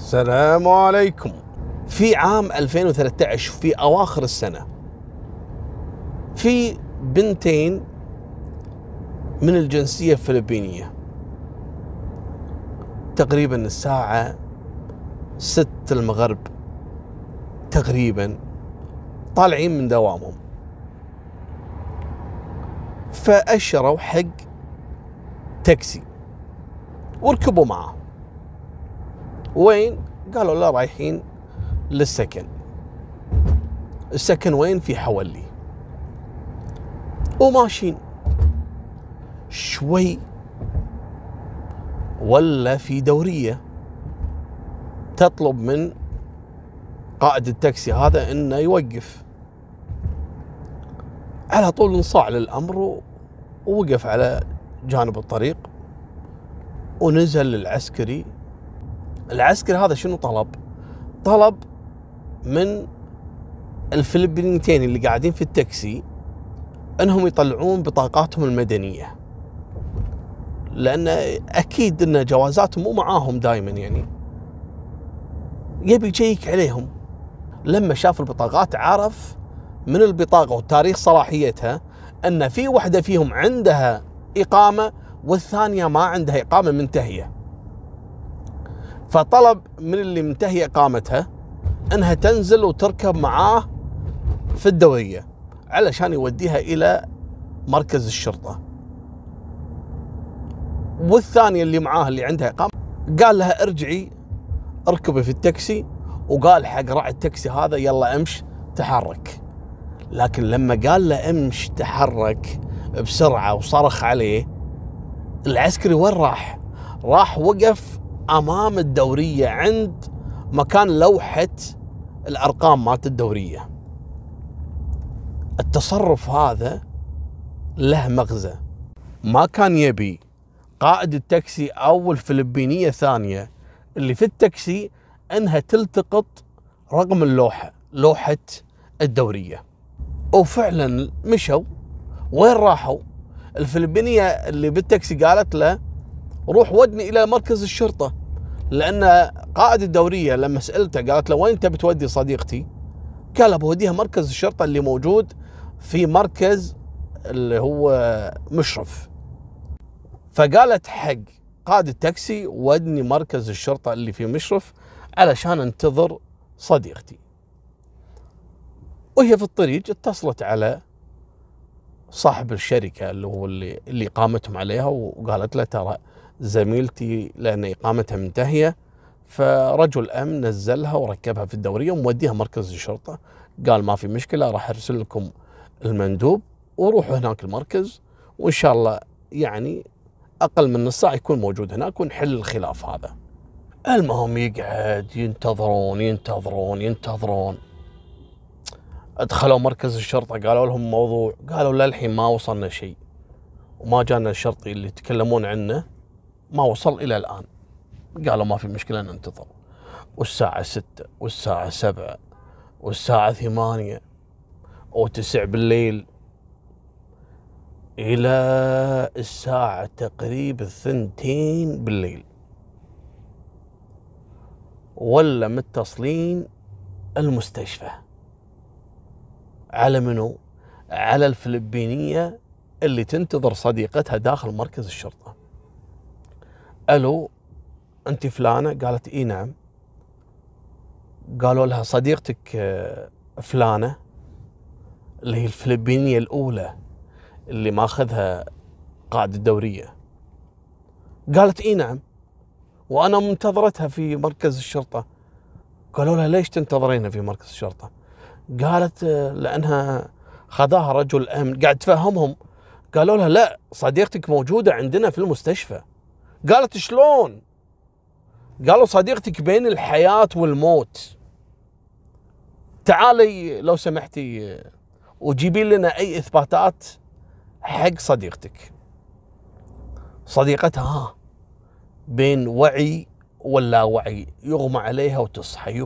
السلام عليكم. في عام 2013 في أواخر السنة في بنتين من الجنسية الفلبينية، تقريبا الساعة 6 المغرب تقريبا، طالعين من دوامهم، فأشروا حق تاكسي وركبوا معه. وين؟ قالوا لا رايحين للسكن. السكن وين؟ في حولي. وماشيين شوي ولا في دورية تطلب من قائد التاكسي هذا انه يوقف. على طول انصاع للامر ووقف على جانب الطريق، ونزل العسكري. العسكري هذا شنو طلب من الفلبينيتين اللي قاعدين في التاكسي انهم يطلعون بطاقاتهم المدنية، لان اكيد ان جوازاتهم مو معاهم دائما، يعني يبي يشيك عليهم. لما شاف البطاقات عرف من البطاقة وتاريخ صلاحيتها ان في واحدة فيهم عندها اقامة والثانية ما عندها اقامة منتهية، فطلب من اللي منتهي اقامتها انها تنزل وتركب معاه في الدورية علشان يوديها الى مركز الشرطة. والثانية اللي معاه اللي عندها اقامة قال لها ارجعي اركبي في التاكسي، وقال حق راعي التاكسي هذا يلا امش تحرك. لكن لما قال له امش تحرك بسرعة وصرخ عليه، العسكري وين راح وقف امام الدورية عند مكان لوحة الارقام مالت الدورية. التصرف هذا له مغزى. ما كان يبي قائد التاكسي او الفلبينية الثانية اللي في التاكسي انها تلتقط رقم لوحة الدورية. وفعلا مشوا. وين راحوا؟ الفلبينية اللي بالتاكسي قالت له روح ودني الى مركز الشرطة، لان قائد الدورية لما سألته قالت له وين انت بتودي صديقتي؟ قال بوديها مركز الشرطة اللي موجود في مركز اللي هو مشرف. فقالت حق قائد التاكسي ودني مركز الشرطة اللي في مشرف علشان انتظر صديقتي. وهي في الطريق اتصلت على صاحب الشركة اللي هو اللي إقامتهم عليها، وقالت له ترى زميلتي لأن إقامتها منتهية، فرجل أمن نزلها وركبها في الدورية وموديها مركز الشرطة. قال ما في مشكلة، راح أرسل لكم المندوب وروحوا هناك المركز، وإن شاء الله يعني أقل من نص ساعة يكون موجود هناك ونحل الخلاف هذا. المهم يقعد ينتظرون. ادخلوا مركز الشرطة، قالوا لهم موضوع، قالوا للحين ما وصلنا شيء، وما جانا الشرطي اللي يتكلمون عنه، ما وصل إلى الآن. قالوا ما في مشكلة ننتظر. والساعة 6 والساعة 7 والساعة 8 و9 بالليل إلى الساعة تقريبا 2 بالليل، ولا متصلين المستشفى. على منو؟ على الفلبينية اللي تنتظر صديقتها داخل مركز الشرطة. ألو أنت فلانة؟ قالت إيه نعم. قالوا لها صديقتك فلانة اللي هي الفلبينية الأولى اللي ماخذها قائد الدورية؟ قالت إيه نعم وأنا منتظرتها في مركز الشرطة. قالوا لها ليش تنتظرينها في مركز الشرطة؟ قالت لأنها خذاها رجل أمن. قاعد تفهمهم. قالوا لها لا صديقتك موجودة عندنا في المستشفى. قالت شلون؟ قالوا صديقتك بين الحياة والموت، تعالي لو سمحتي وجيبي لنا أي إثباتات حق صديقتك. صديقتها بين وعي ولا وعي، يغمى عليها وتصحى.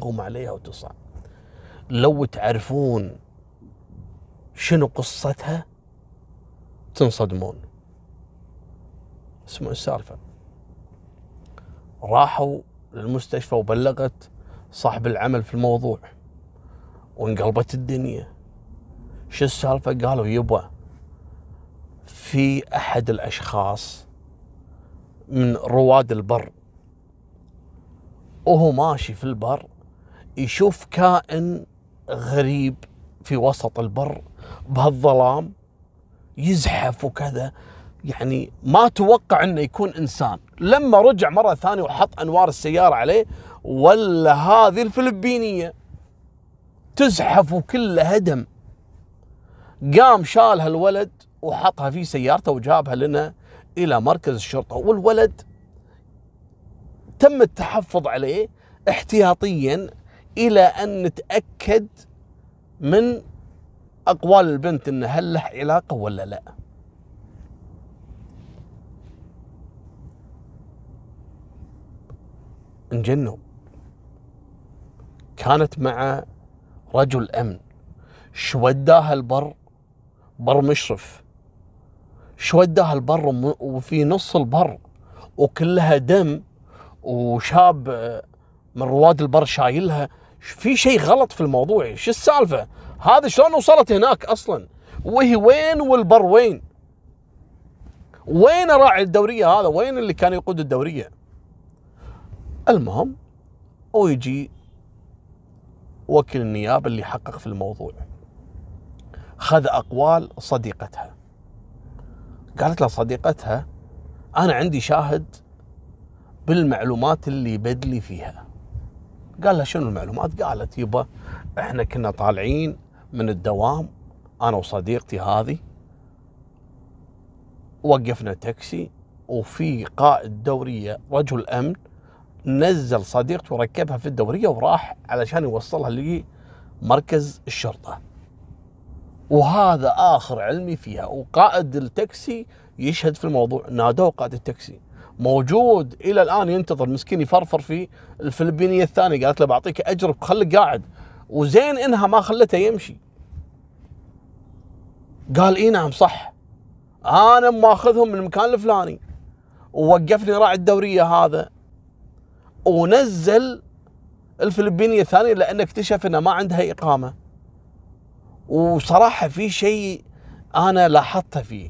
لو تعرفون شنو قصتها تنصدمون. اسمعوا السالفة. راحوا للمستشفى وبلغت صاحب العمل في الموضوع، وانقلبت الدنيا. شو السالفة؟ قالوا يبا في أحد الأشخاص من رواد البر وهو ماشي في البر يشوف كائن غريب في وسط البر بهالظلام يزحف وكذا، يعني ما توقع انه يكون انسان. لما رجع مرة ثانية وحط انوار السيارة عليه ولا هذه الفلبينية تزحف وكلها دم. قام شالها الولد وحطها في سيارته وجابها لنا الى مركز الشرطة، والولد تم التحفظ عليه احتياطيا الى ان نتأكد من اقوال البنت ان هل له علاقة ولا لا. انجنوا. كانت مع رجل امن، شو وداها البر، بر مشرف، شو وداها البر وفي نص البر وكلها دم، وشاب من رواد البر شايلها. في شيء غلط في الموضوع. شو السالفة هذا؟ شلون وصلت هناك اصلا؟ وهي وين؟ والبر وين؟ وين راعي الدورية هذا؟ وين اللي كان يقود الدورية؟ المهم ويجي وكيل النيابة اللي حقق في الموضوع، خذ أقوال صديقتها. قالت له صديقتها أنا عندي شاهد بالمعلومات اللي بدلي فيها. قال لها شنو المعلومات؟ قالت يبا احنا كنا طالعين من الدوام أنا وصديقتي هذه، وقفنا تاكسي وفي قائد دورية رجل أمن نزل صديقته وركبها في الدورية وراح علشان يوصلها لمركز الشرطة، وهذا آخر علمي فيها. وقائد التاكسي يشهد في الموضوع. نادوه قائد التاكسي موجود إلى الآن ينتظر، مسكين يفرفر في الفلبينية الثانية. قالت له بعطيك أجرك خليك قاعد، وزين إنها ما خلته يمشي. قال إيه نعم صح، أنا ماخذهم من المكان الفلاني، ووقفني راعي الدورية هذا ونزل الفلبينية الثانية لأنه اكتشف أنه ما عندها إقامة. وصراحة في شيء أنا لاحظته فيه.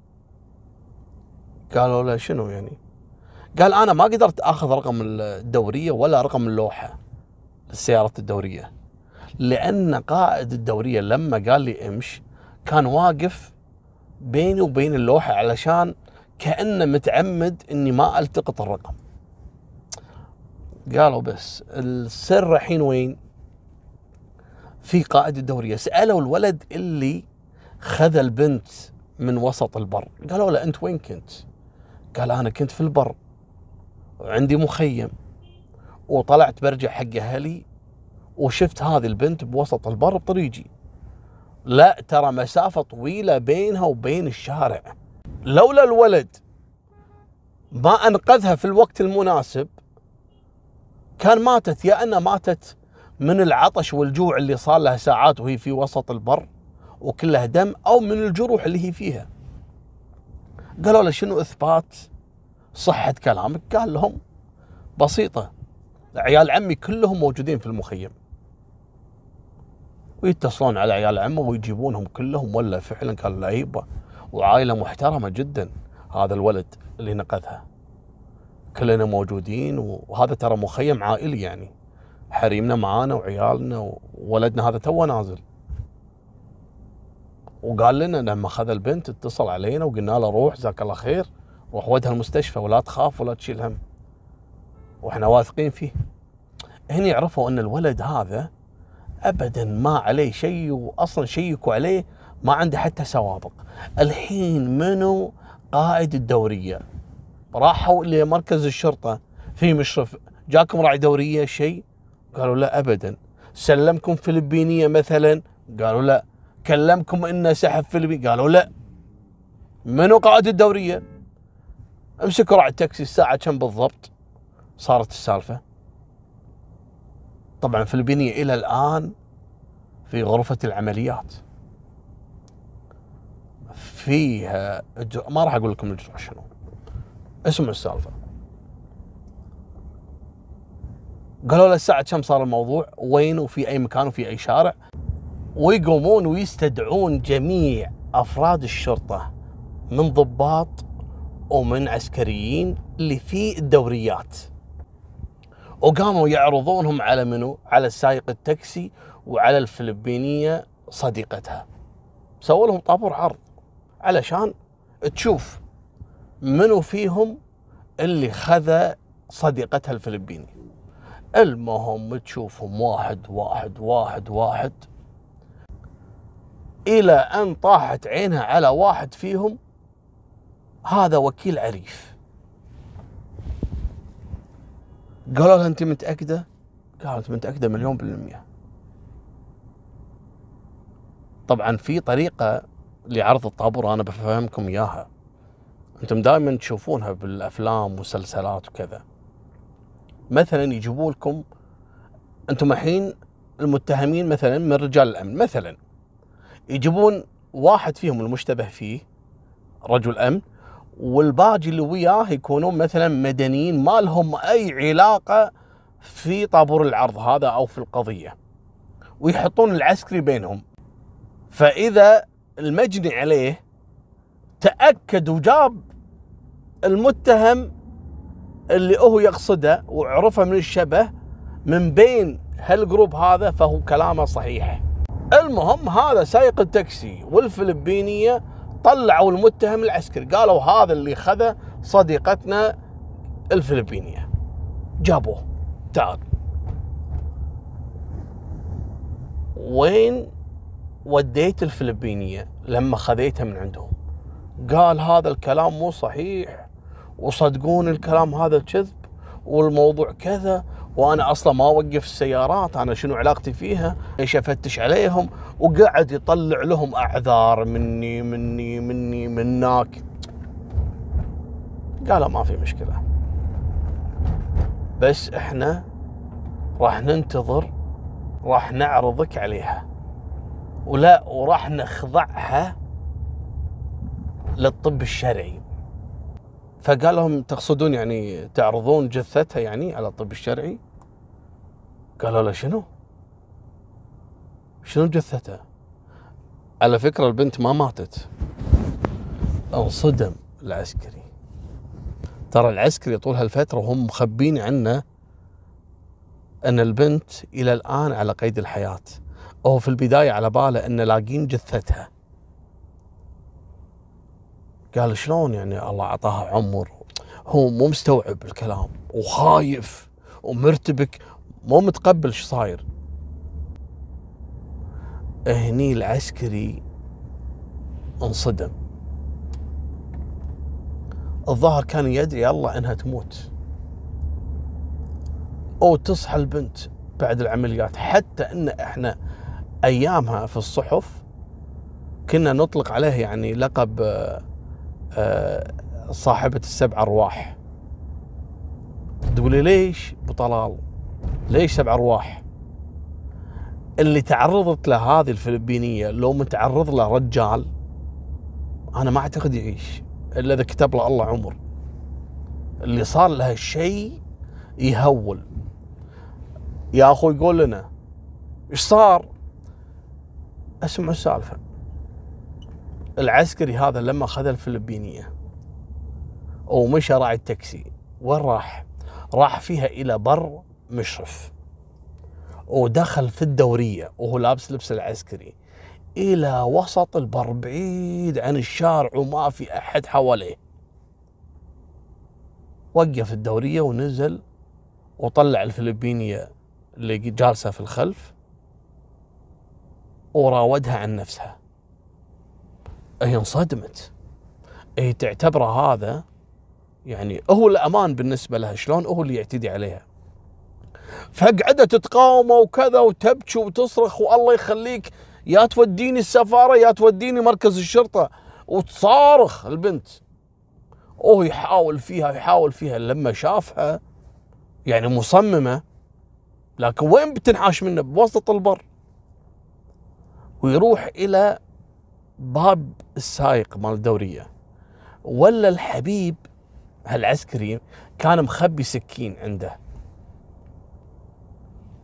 قالوا له شنو يعني؟ قال أنا ما قدرت أخذ رقم الدورية ولا رقم اللوحة السيارة الدورية، لأن قائد الدورية لما قال لي امش كان واقف بيني وبين اللوحة علشان كأنه متعمد إني ما ألتقط الرقم. قالوا بس السر الحين وين؟ في قائد الدورية. سألوا الولد اللي خذ البنت من وسط البر، قالوا له أنت وين كنت؟ قال أنا كنت في البر وعندي مخيم، وطلعت برجع حق أهلي وشفت هذه البنت بوسط البر بطريقي. لا ترى مسافة طويلة بينها وبين الشارع، لولا الولد ما أنقذها في الوقت المناسب كان ماتت، يا أنها ماتت من العطش والجوع اللي صار لها ساعات وهي في وسط البر وكلها دم، أو من الجروح اللي هي فيها. قالوا له شنو إثبات صحة كلامك؟ قال لهم بسيطة، عيال عمي كلهم موجودين في المخيم، ويتصلون على عيال عمه ويجيبونهم كلهم. ولا فعلا كان لعيبة وعائلة محترمة جدا هذا الولد اللي نقذها، كلنا موجودين. وهذا ترى مخيم عائلي، يعني حريمنا معانا وعيالنا وولدنا هذا توه نازل. وقال لنا لما اخذ البنت اتصل علينا وقلنا له روح جزاك الله خير، روح ودها المستشفى ولا تخاف ولا تشيل هم، واحنا واثقين فيه. هني عرفوا ان الولد هذا ابدا ما عليه شيء، واصلا شيكوا عليه ما عنده حتى سوابق. الحين منو قائد الدورية؟ راحوا لمركز الشرطة في مشرف، جاكم راعي دورية شيء؟ قالوا لا ابدا. سلمكم فلبينية مثلا؟ قالوا لا. كلمكم انه سحب فلبيني؟ قالوا لا. منو قائد الدورية؟ امسكوا راعي التاكسي الساعة كم بالضبط صارت السالفة؟ طبعا فلبينية الى الان في غرفة العمليات، فيها ما راح اقول لكم الجروح شنو. اسمعوا السالفة. قالوا له الساعة كم صار الموضوع، وين وفي أي مكان وفي أي شارع، ويقومون ويستدعون جميع أفراد الشرطة من ضباط ومن عسكريين اللي في الدوريات، وقاموا يعرضونهم على منو؟ على سائق التاكسي وعلى الفلبينية صديقتها. سووا لهم طابور عرض علشان تشوف منو فيهم اللي خذ صديقتها الفلبينية. المهم تشوفهم واحد واحد واحد واحد إلى أن طاحت عينها على واحد فيهم، هذا وكيل عريف. قالوا لها أنت متأكدة؟ قالت متأكدة 1,000,000%. طبعا في طريقة لعرض الطابور أنا بفهمكم إياها، أنتم دائما تشوفونها بالأفلام ومسلسلات وكذا. مثلا يجيبوا لكم أنتم الحين المتهمين مثلا من رجال الأمن، مثلا يجيبون واحد فيهم المشتبه فيه رجل أمن، والباقي اللي وياه يكونون مثلا مدنيين ما لهم أي علاقة في طابور العرض هذا أو في القضية، ويحطون العسكري بينهم. فإذا المجني عليه تأكد وجاب المتهم اللي هو يقصده وعرفه من الشبه من بين هالجروب هذا، فهو كلامه صحيح. المهم هذا سائق التاكسي والفلبينية طلعوا المتهم العسكري، قالوا هذا اللي خذ صديقتنا الفلبينية، جابوه. تعال وين وديت الفلبينية لما خذيتها من عندهم؟ قال هذا الكلام مو صحيح، وصدقون الكلام هذا كذب، والموضوع كذا، وانا اصلا ما اوقف السيارات، انا شنو علاقتي فيها؟ ايش افتش عليهم؟ وقعد يطلع لهم اعذار مني مني مني منك. قالوا ما في مشكلة، بس احنا راح ننتظر، راح نعرضك عليها، وراح نخضعها للطب الشرعي. فقال لهم تقصدون يعني تعرضون جثتها يعني على الطب الشرعي؟ قالوا له شنو جثتها؟ على فكرة البنت ما ماتت، انصدم العسكري. ترى العسكري طول هالفترة وهم مخبين عنه أن البنت إلى الآن على قيد الحياة، وهو في البداية على باله أن لاقين جثتها. قال شلون يعني الله عطاها عمر؟ هو مو مستوعب الكلام وخايف ومرتبك، مو متقبل شو صاير. هني العسكري انصدم. الظاهر كان يدري الله انها تموت او تصحى البنت بعد العمليات. حتى ان احنا ايامها في الصحف كنا نطلق عليه يعني لقب صاحبة ال7 أرواح. تقولي ليش ابو طلال؟ ليش 7 أرواح؟ اللي تعرضت له هذه الفلبينية لو متعرض له رجال انا ما اعتقد يعيش الا اذا كتب له الله عمر. اللي صار لها شيء يهول. يا اخو يقول لنا ايش صار؟ اسمعوا السالفة. العسكري هذا لما خذ الفلبينية ومشى راعي التاكسي، وين راح؟ راح فيها الى بر مشرف، ودخل في الدورية وهو لابس لبس العسكري الى وسط البر بعيد عن الشارع وما في احد حواليه. وقف الدورية ونزل وطلع الفلبينية اللي جالسة في الخلف وراودها عن نفسها. هي انصدمت، هي تعتبره هذا يعني هو الأمان بالنسبة لها، شلون هو اللي يعتدي عليها. فقعدت تقاومه وكذا وتبكي وتصرخ والله يخليك يا توديني السفارة يا توديني مركز الشرطة، وتصارخ البنت. وهو يحاول فيها لما شافها يعني مصممة، لكن وين بتنحاش منه؟ بوسط البر. ويروح إلى باب السائق مال الدورية، ولا الحبيب هالعسكري كان مخبي سكين عنده.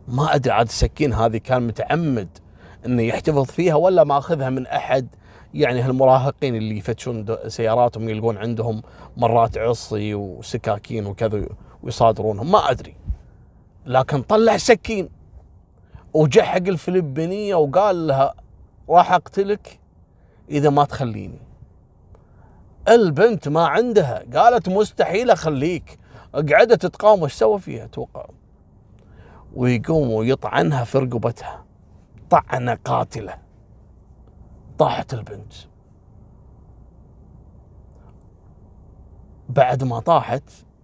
ما ادري عاد السكين هذه كان متعمد انه يحتفظ فيها ولا ماخذها من احد، يعني هالمراهقين اللي يفتشون سياراتهم يلقون عندهم مرات عصي وسكاكين وكذا ويصادرونهم، ما ادري. لكن طلع سكين وجا حق الفلبينية وقال لها راح اقتلك اذا ما تخليني. البنت ما عندها، قالت مستحيل اخليك. قعدت تقاوم، وش سوى فيها توقع؟ ويقوم ويطعنها في رقبتها طعنة قاتلة، طاحت البنت. بعد ما طاحت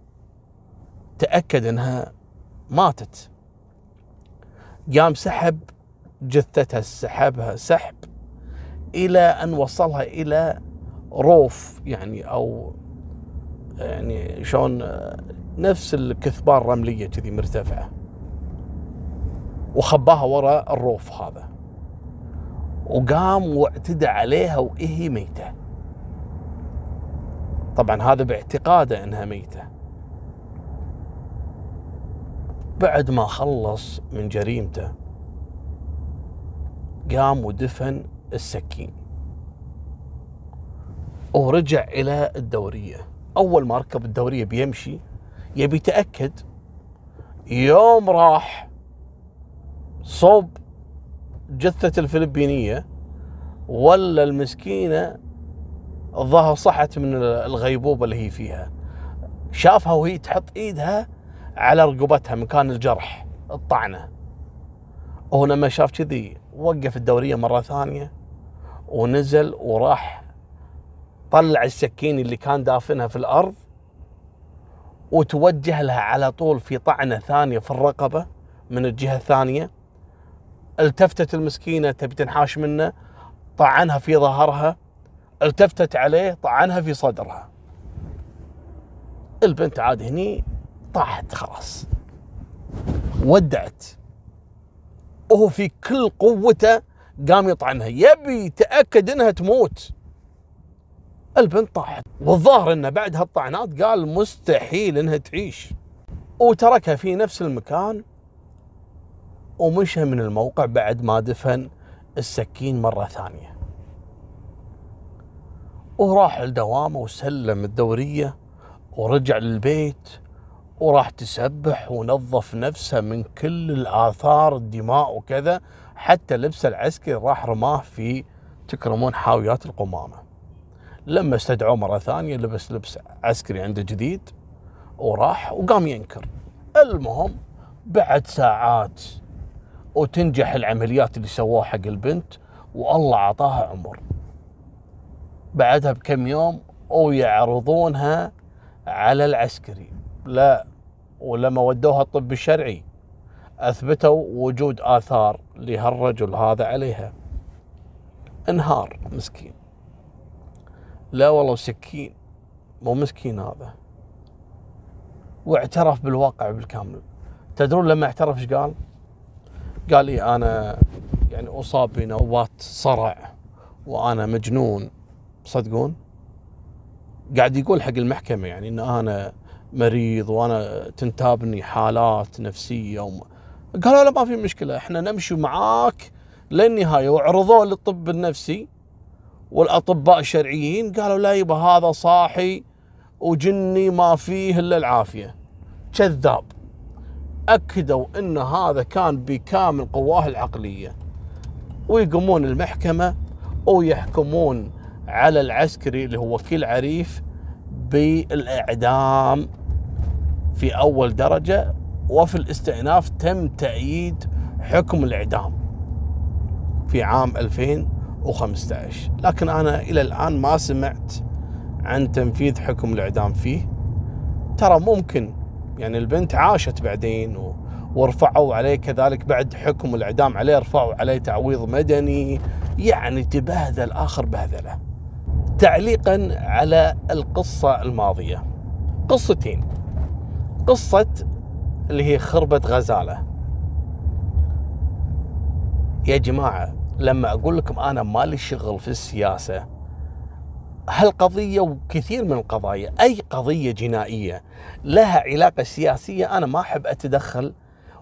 تأكد انها ماتت، قام سحب جثتها، سحبها سحب الى ان وصلها الى روف، يعني او يعني شلون نفس الكثبان الرملية كذي مرتفعة، وخباها وراء الروف هذا، وقام واعتدى عليها وهي ميتة. طبعا هذا باعتقاده انها ميتة. بعد ما خلص من جريمته قام ودفن السكين ورجع الى الدورية. اول ما ركب الدورية بيمشي يبي يتأكد، يوم راح صوب جثة الفلبينية ولا المسكينة الظاهر صحت من الغيبوبة اللي هي فيها، شافها وهي تحط ايدها على رقبتها مكان الجرح الطعنة، وهنا ما شاف كذي وقف الدورية مرة ثانية ونزل وراح طلع السكين اللي كان دافنها في الأرض وتوجه لها على طول في طعنة ثانية في الرقبة من الجهة الثانية. التفتت المسكينة تبي تنحاش منه، طعنها في ظهرها، التفتت عليه طعنها في صدرها. البنت عاد هني طاحت خلاص، ودعت، وهو في كل قوته قام يطعنها يبي يتأكد انها تموت. البنت طاحت، والظاهر انه بعد هالطعنات قال مستحيل انها تعيش، وتركها في نفس المكان ومشى من الموقع بعد ما دفن السكين مرة ثانية، وراح لدوامه وسلم الدورية ورجع للبيت وراح تسبح ونظف نفسه من كل الآثار الدماء وكذا، حتى لبس العسكري راح رماه في تكرمون حاويات القمامة. لما استدعوه مرة ثانية لبس لبس عسكري عنده جديد وراح وقام ينكر. المهم بعد ساعات وتنجح العمليات اللي سووها حق البنت والله عطاها عمر. بعدها بكم يوم ويعرضونها على العسكري، لا، ولما ودوها الطب الشرعي أثبتوا وجود آثار لهالرجل هذا عليها. انهار مسكين. لا والله سكين، مو مسكين هذا، واعترف بالواقع بالكامل. تدرون لما اعترف ايش قال؟ قال لي أنا يعني أصاب بنوبات صرع وأنا مجنون. صدقون؟ قاعد يقول حق المحكمة يعني إن أنا مريض وأنا تنتابني حالات نفسية قالوا لا ما في مشكلة، إحنا نمشي معاك للنهاية. وعرضوه للطب النفسي والأطباء الشرعيين قالوا لا يبا هذا صاحي وجني ما فيه إلا العافية. كذاب. أكدوا إن هذا كان بكامل قواه العقلية. ويقومون المحكمة ويحكمون على العسكري اللي هو وكيل عريف بالإعدام في أول درجة، وفي الاستئناف تم تأييد حكم الإعدام في عام 2015. لكن أنا إلى الآن ما سمعت عن تنفيذ حكم الإعدام فيه. ترى ممكن يعني البنت عاشت بعدين ورفعوا عليه كذلك بعد حكم الإعدام عليه، رفعوا عليه تعويض مدني، يعني تبهدل آخر بهذله. تعليقا على القصة الماضية، قصتين. قصة اللي هي خربة غزالة. يا جماعة لما أقول لكم أنا مالي شغل في السياسة، هالقضية وكثير من القضايا، أي قضية جنائية لها علاقة سياسية أنا ما أحب أتدخل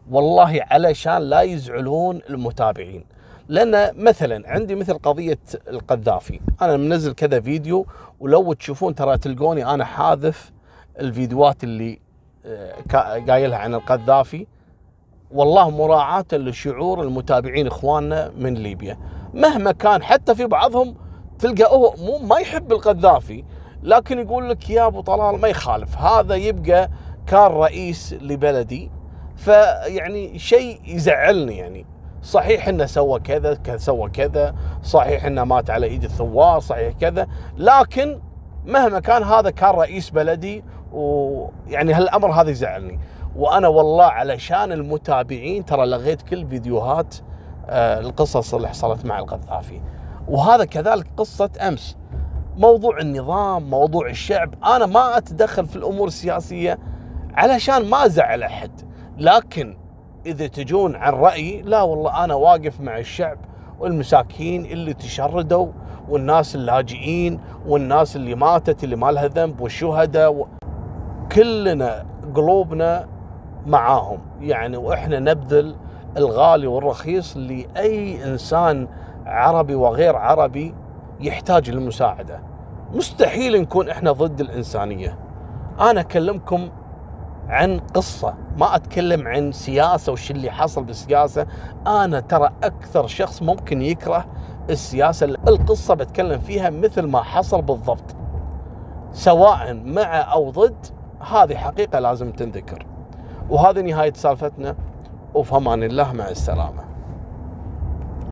والله علشان لا يزعلون المتابعين. لأن مثلا عندي مثل قضية القذافي، أنا منزل كذا فيديو، ولو تشوفون ترى تلقوني أنا حاذف الفيديوهات اللي قايلها عن القذافي، والله مراعاة لشعور المتابعين إخواننا من ليبيا مهما كان. حتى في بعضهم تلقى هو ما يحب القذافي، لكن يقول لك يا أبو طلال ما يخالف، هذا يبقى كان رئيس لبلدي، فيعني شيء يزعلني. يعني صحيح انه سوى كذا سوى كذا، صحيح انه مات على ايد الثوار، صحيح كذا، لكن مهما كان هذا كان رئيس بلدي، ويعني هالامر هذا يزعلني. وانا والله علشان المتابعين ترى لغيت كل فيديوهات القصص اللي حصلت مع القذافي. وهذا كذلك قصة امس، موضوع النظام، موضوع الشعب. انا ما اتدخل في الامور السياسية علشان ما ازعل احد، لكن اذا تجون عن رأيي، لا والله انا واقف مع الشعب والمساكين اللي تشردوا، والناس اللاجئين، والناس اللي ماتت اللي ما لها ذنب، والشهداء، كلنا قلوبنا معاهم يعني. واحنا نبذل الغالي والرخيص لأي إنسان عربي وغير عربي يحتاج للمساعدة. مستحيل نكون احنا ضد الإنسانية. أنا أكلمكم عن قصة، ما أتكلم عن سياسة وش اللي حصل بالسياسة. أنا ترى أكثر شخص ممكن يكره السياسة. القصة بتكلم فيها مثل ما حصل بالضبط، سواء مع أو ضد، هذه حقيقة لازم تنذكر. وهذه نهاية سالفتنا، وفي أمان الله، مع السلامة.